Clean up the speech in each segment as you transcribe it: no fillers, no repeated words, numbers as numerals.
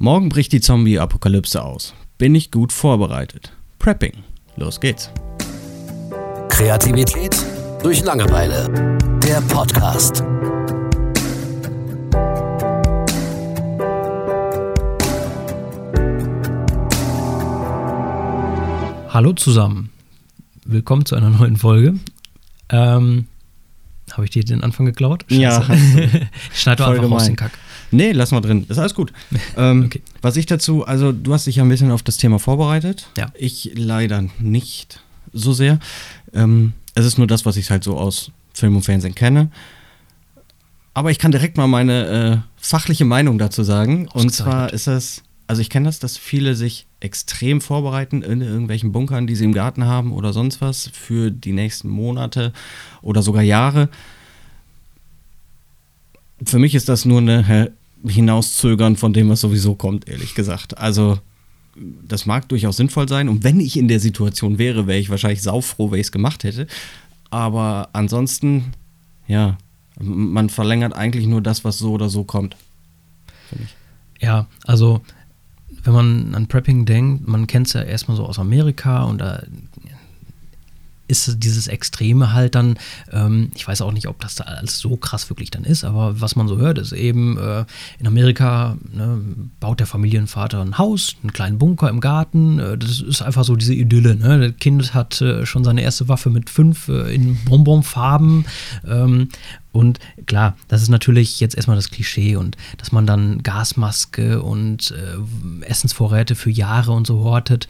Morgen bricht die Zombie-Apokalypse aus. Bin ich gut vorbereitet? Prepping. Los geht's. Kreativität durch Langeweile. Der Podcast. Hallo zusammen. Willkommen zu einer neuen Folge. Habe ich dir den Anfang geklaut? Scheiße. Ja. Schneid doch einfach raus den Kack. Nee, lass mal drin. Ist alles gut. Okay. Was ich dazu, also du hast dich ja ein bisschen auf das Thema vorbereitet. Ja. Ich leider nicht so sehr. Es ist nur das, was ich halt so aus Film und Fernsehen kenne. Aber ich kann direkt mal meine fachliche Meinung dazu sagen. Und zwar ist es, also ich kenne das, dass viele sich extrem vorbereiten in irgendwelchen Bunkern, die sie im Garten haben oder sonst was für die nächsten Monate oder sogar Jahre. Für mich ist das nur eine Hinauszögern von dem, was sowieso kommt, ehrlich gesagt. Also das mag durchaus sinnvoll sein. Und wenn ich in der Situation wäre, wäre ich wahrscheinlich saufroh, wenn ich es gemacht hätte. Aber ansonsten, ja, man verlängert eigentlich nur das, was so oder so kommt. Finde ich. Ja, also wenn man an Prepping denkt, man kennt es ja erstmal so aus Amerika und da ist dieses Extreme halt dann, ich weiß auch nicht, ob das da alles so krass wirklich dann ist, aber was man so hört, ist eben, in Amerika baut der Familienvater ein Haus, einen kleinen Bunker im Garten, das ist einfach so diese Idylle, ne? Das Kind hat schon seine erste Waffe mit 5 in Bonbonfarben, und klar, das ist natürlich jetzt erstmal das Klischee und dass man dann Gasmaske und Essensvorräte für Jahre und so hortet,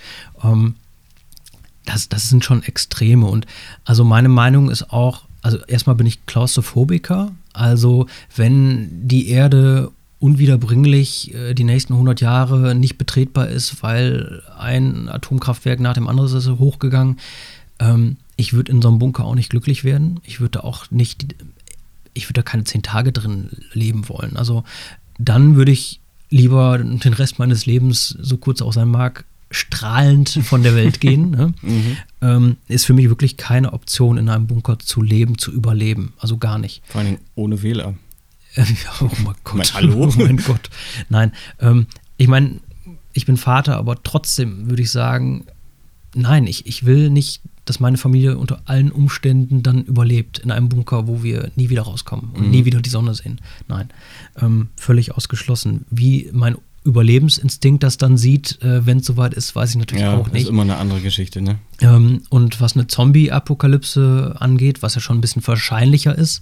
das sind schon Extreme. Und also meine Meinung ist auch, also erstmal bin ich Klaustrophobiker, also wenn die Erde unwiederbringlich die nächsten 100 Jahre nicht betretbar ist, weil ein Atomkraftwerk nach dem anderen ist hochgegangen, ich würde in so einem Bunker auch nicht glücklich werden. Ich würde da keine 10 Tage drin leben wollen. Also dann würde ich lieber den Rest meines Lebens, so kurz auch sein mag, strahlend von der Welt gehen. Ne? Ist für mich wirklich keine Option, in einem Bunker zu leben, zu überleben. Also gar nicht. Vor allem ohne WLAN. Oh mein Gott. Hallo? Oh mein Gott. Nein, ich meine, ich bin Vater, aber trotzdem würde ich sagen, nein, ich will nicht, dass meine Familie unter allen Umständen dann überlebt in einem Bunker, wo wir nie wieder rauskommen und nie wieder die Sonne sehen. Nein, völlig ausgeschlossen. Wie mein Überlebensinstinkt das dann sieht, wenn es soweit ist, weiß ich natürlich auch nicht. Ja, ist immer eine andere Geschichte, ne? Und was eine Zombie-Apokalypse angeht, was ja schon ein bisschen wahrscheinlicher ist,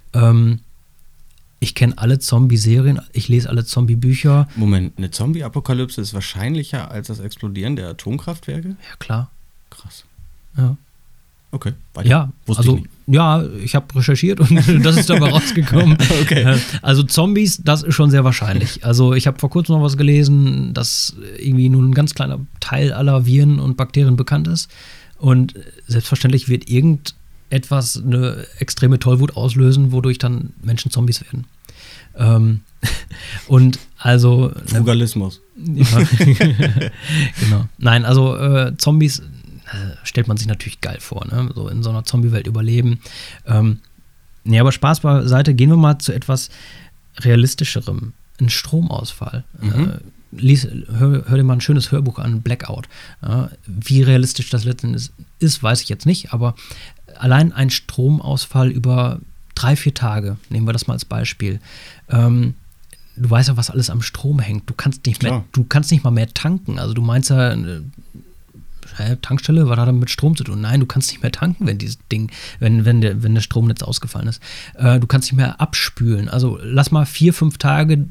ich kenne alle Zombie-Serien, ich lese alle Zombie-Bücher. Moment, eine Zombie-Apokalypse ist wahrscheinlicher als das Explodieren der Atomkraftwerke? Ja, klar. Krass. Ja. Okay, weiter. Ja, ich habe recherchiert und das ist dabei rausgekommen. Okay. Also Zombies, das ist schon sehr wahrscheinlich. Also ich habe vor kurzem noch was gelesen, dass irgendwie nur ein ganz kleiner Teil aller Viren und Bakterien bekannt ist. Und selbstverständlich wird irgendetwas eine extreme Tollwut auslösen, wodurch dann Menschen Zombies werden. Und also Frugalismus. Ja, genau. Nein, also Zombies stellt man sich natürlich geil vor, ne? So in so einer Zombie-Welt überleben. Nee, aber Spaß beiseite, gehen wir mal zu etwas realistischerem. Ein Stromausfall. Hör dir mal ein schönes Hörbuch an, Blackout. Wie realistisch das letztendlich ist, weiß ich jetzt nicht, aber allein ein Stromausfall über 3-4 Tage, nehmen wir das mal als Beispiel. Du weißt ja, was alles am Strom hängt. Du kannst nicht mal mehr tanken. Also du meinst ja, Tankstelle, was hat das mit Strom zu tun? Nein, du kannst nicht mehr tanken, wenn dieses Ding, wenn das Stromnetz ausgefallen ist. Du kannst nicht mehr abspülen. Also lass mal 4-5 Tage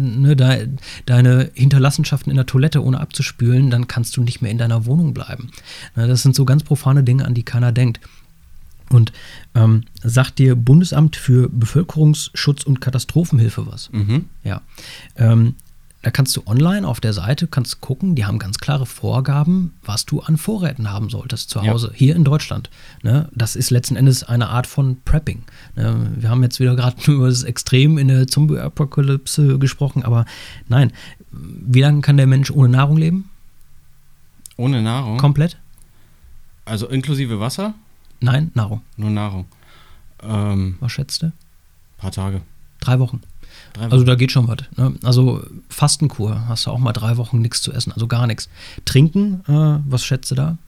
deine Hinterlassenschaften in der Toilette ohne abzuspülen, dann kannst du nicht mehr in deiner Wohnung bleiben. Das sind so ganz profane Dinge, an die keiner denkt. Und sagt dir Bundesamt für Bevölkerungsschutz und Katastrophenhilfe was? Ja. Da kannst du online auf der Seite gucken, die haben ganz klare Vorgaben, was du an Vorräten haben solltest zu Hause, hier in Deutschland. Ne? Das ist letzten Endes eine Art von Prepping. Ne? Wir haben jetzt wieder gerade über das Extrem in der Zombie-Apokalypse gesprochen, aber nein, wie lange kann der Mensch ohne Nahrung leben? Ohne Nahrung? Komplett? Also inklusive Wasser? Nein, Nahrung. Nur Nahrung. Was schätzt du? Paar Tage. 3 Wochen. 3 Wochen. Also da geht schon was. Ne? Also Fastenkur, hast du auch mal 3 Wochen nichts zu essen, also gar nichts. Trinken, was schätzt du da?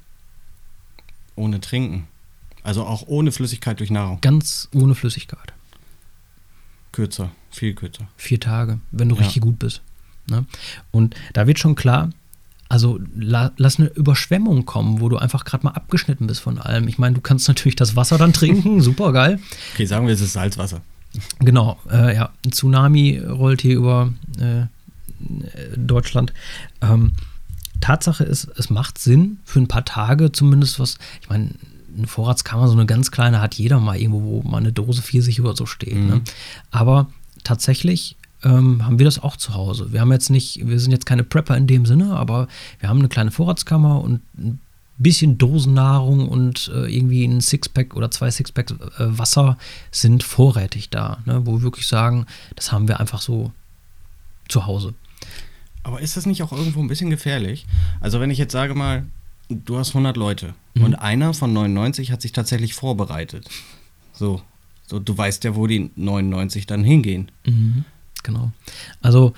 Ohne Trinken. Also auch ohne Flüssigkeit durch Nahrung. Ganz ohne Flüssigkeit. Kürzer, viel kürzer. 4 Tage, wenn du Ja. richtig gut bist. Ne? Und da wird schon klar, also lass eine Überschwemmung kommen, wo du einfach gerade mal abgeschnitten bist von allem. Ich meine, du kannst natürlich das Wasser dann trinken, super geil. Okay, sagen wir, es ist Salzwasser. Genau, ja, ein Tsunami rollt hier über Deutschland. Tatsache ist, es macht Sinn für ein paar Tage zumindest was, ich meine, eine Vorratskammer, so eine ganz kleine hat jeder mal irgendwo, wo mal eine Dose Pfirsich oder so steht. Ne? Aber tatsächlich haben wir das auch zu Hause. Wir sind jetzt keine Prepper in dem Sinne, aber wir haben eine kleine Vorratskammer und ein bisschen Dosennahrung und irgendwie ein Sixpack oder 2 Sixpacks Wasser sind vorrätig da, ne? Wo wir wirklich sagen, das haben wir einfach so zu Hause. Aber ist das nicht auch irgendwo ein bisschen gefährlich? Also wenn ich jetzt sage mal, du hast 100 Leute und einer von 99 hat sich tatsächlich vorbereitet. So, du weißt ja, wo die 99 dann hingehen. Mhm, genau. Also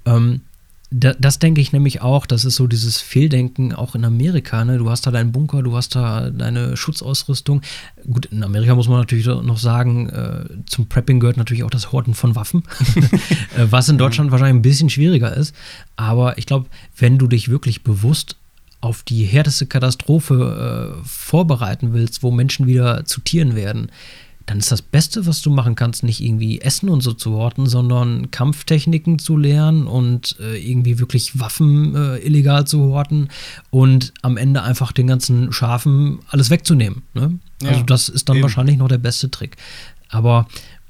das denke ich nämlich auch, das ist so dieses Fehldenken auch in Amerika. Ne? Du hast da deinen Bunker, du hast da deine Schutzausrüstung. Gut, in Amerika muss man natürlich noch sagen, zum Prepping gehört natürlich auch das Horten von Waffen, was in Deutschland wahrscheinlich ein bisschen schwieriger ist. Aber ich glaube, wenn du dich wirklich bewusst auf die härteste Katastrophe vorbereiten willst, wo Menschen wieder zu Tieren werden, dann ist das Beste, was du machen kannst, nicht irgendwie Essen und so zu horten, sondern Kampftechniken zu lernen und irgendwie wirklich Waffen illegal zu horten und am Ende einfach den ganzen Schafen alles wegzunehmen. Ne? Ja, also das ist dann eben. wahrscheinlich noch der beste Trick. Aber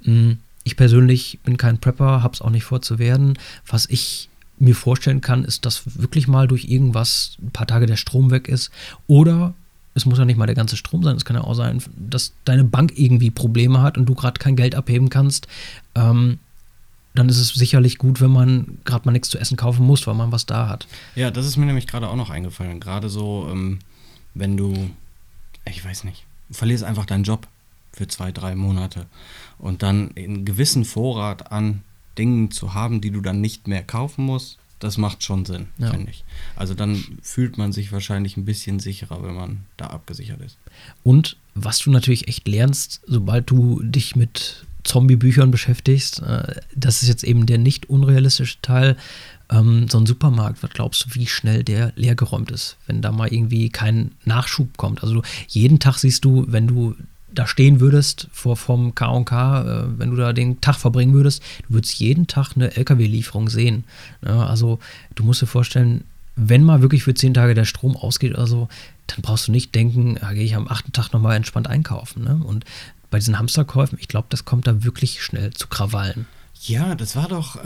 ich persönlich bin kein Prepper, hab's auch nicht vor zu werden. Was ich mir vorstellen kann, ist, dass wirklich mal durch irgendwas ein paar Tage der Strom weg ist oder es muss ja nicht mal der ganze Strom sein, es kann ja auch sein, dass deine Bank irgendwie Probleme hat und du gerade kein Geld abheben kannst. Dann ist es sicherlich gut, wenn man gerade mal nichts zu essen kaufen muss, weil man was da hat. Ja, das ist mir nämlich gerade auch noch eingefallen. Gerade so, wenn du, ich weiß nicht, du verlierst einfach deinen Job für 2-3 Monate und dann einen gewissen Vorrat an Dingen zu haben, die du dann nicht mehr kaufen musst, das macht schon Sinn, Ja. finde ich. Also dann fühlt man sich wahrscheinlich ein bisschen sicherer, wenn man da abgesichert ist. Und Was du natürlich echt lernst, sobald du dich mit Zombie-Büchern beschäftigst, das ist jetzt eben der nicht unrealistische Teil, so ein Supermarkt, was glaubst du, wie schnell der leergeräumt ist, wenn da mal irgendwie kein Nachschub kommt? Also jeden Tag siehst du, wenn du da stehen würdest vom K&K, wenn du da den Tag verbringen würdest, du würdest jeden Tag eine LKW-Lieferung sehen. Ja, also du musst dir vorstellen, wenn mal wirklich für 10 Tage der Strom ausgeht oder so, dann brauchst du nicht denken, gehe ich am 8. Tag nochmal entspannt einkaufen. Ne? Und bei diesen Hamsterkäufen, ich glaube, das kommt da wirklich schnell zu Krawallen. ja, das war doch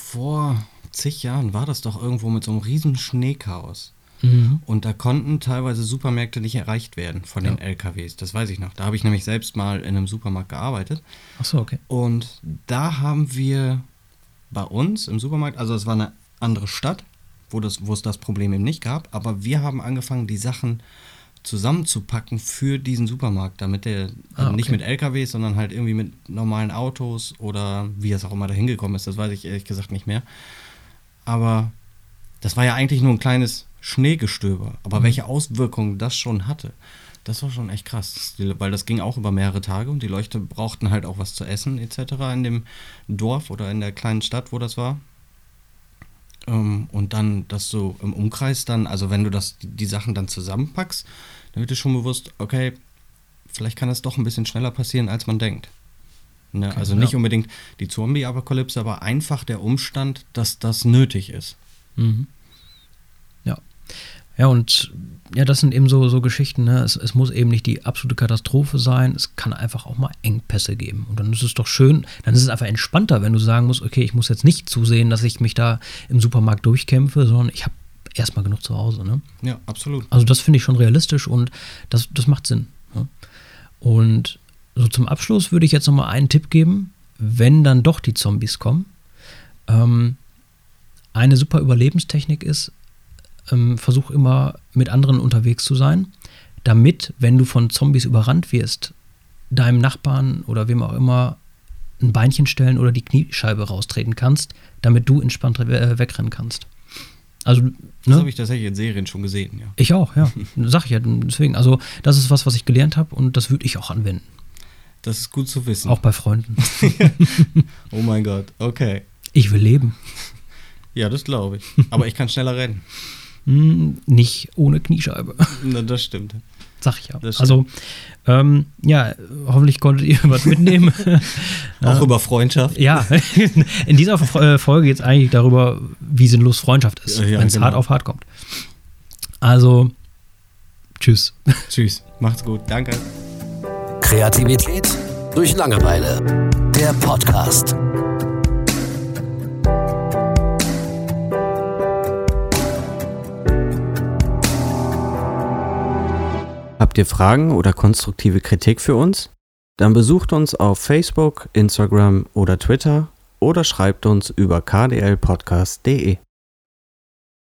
vor zig Jahren, war das doch irgendwo mit so einem riesen Schneechaos. Und da konnten teilweise Supermärkte nicht erreicht werden von den LKWs. Das weiß ich noch. Da habe ich nämlich selbst mal in einem Supermarkt gearbeitet. Ach so, okay. Und da haben wir bei uns im Supermarkt, also es war eine andere Stadt, wo es das Problem eben nicht gab, aber wir haben angefangen, die Sachen zusammenzupacken für diesen Supermarkt, damit der nicht mit LKWs, sondern halt irgendwie mit normalen Autos oder wie es auch immer da hingekommen ist, das weiß ich ehrlich gesagt nicht mehr. Aber das war ja eigentlich nur ein kleines Schneegestöber, aber welche Auswirkungen das schon hatte, das war schon echt krass, weil das ging auch über mehrere Tage und die Leute brauchten halt auch was zu essen etc. in dem Dorf oder in der kleinen Stadt, wo das war. Und dann das so im Umkreis dann, also wenn du die Sachen dann zusammenpackst, dann wird dir schon bewusst, okay, vielleicht kann das doch ein bisschen schneller passieren, als man denkt. Ne? Okay, also nicht unbedingt die Zombie-Apokalypse, aber einfach der Umstand, dass das nötig ist. Mhm. Ja. Ja, und ja, das sind eben so Geschichten, ne? Es muss eben nicht die absolute Katastrophe sein, es kann einfach auch mal Engpässe geben. Und dann ist es doch schön, dann ist es einfach entspannter, wenn du sagen musst, okay, ich muss jetzt nicht zusehen, dass ich mich da im Supermarkt durchkämpfe, sondern ich habe erstmal genug zu Hause. Ne? Ja, absolut. Also das finde ich schon realistisch und das macht Sinn. Ne? Und so zum Abschluss würde ich jetzt nochmal einen Tipp geben, wenn dann doch die Zombies kommen. Eine super Überlebenstechnik ist, versuch immer mit anderen unterwegs zu sein, damit, wenn du von Zombies überrannt wirst, deinem Nachbarn oder wem auch immer ein Beinchen stellen oder die Kniescheibe raustreten kannst, damit du entspannt wegrennen kannst. Also, das habe ich tatsächlich in Serien schon gesehen, ja. Ich auch, ja. Sag ich ja, deswegen. Also, das ist was ich gelernt habe und das würde ich auch anwenden. Das ist gut zu wissen. Auch bei Freunden. Oh mein Gott, okay. Ich will leben. Ja, das glaube ich. Aber ich kann schneller rennen. Nicht ohne Kniescheibe. Na, das stimmt. Sag ich ja. Also, ja, hoffentlich konntet ihr was mitnehmen. Auch über Freundschaft. Ja, in dieser Folge geht es eigentlich darüber, wie sinnlos Freundschaft ist, wenn es hart auf hart kommt. Also, tschüss. Tschüss, macht's gut, danke. Kreativität durch Langeweile. Der Podcast. Habt ihr Fragen oder konstruktive Kritik für uns? Dann besucht uns auf Facebook, Instagram oder Twitter oder schreibt uns über kdlpodcast.de.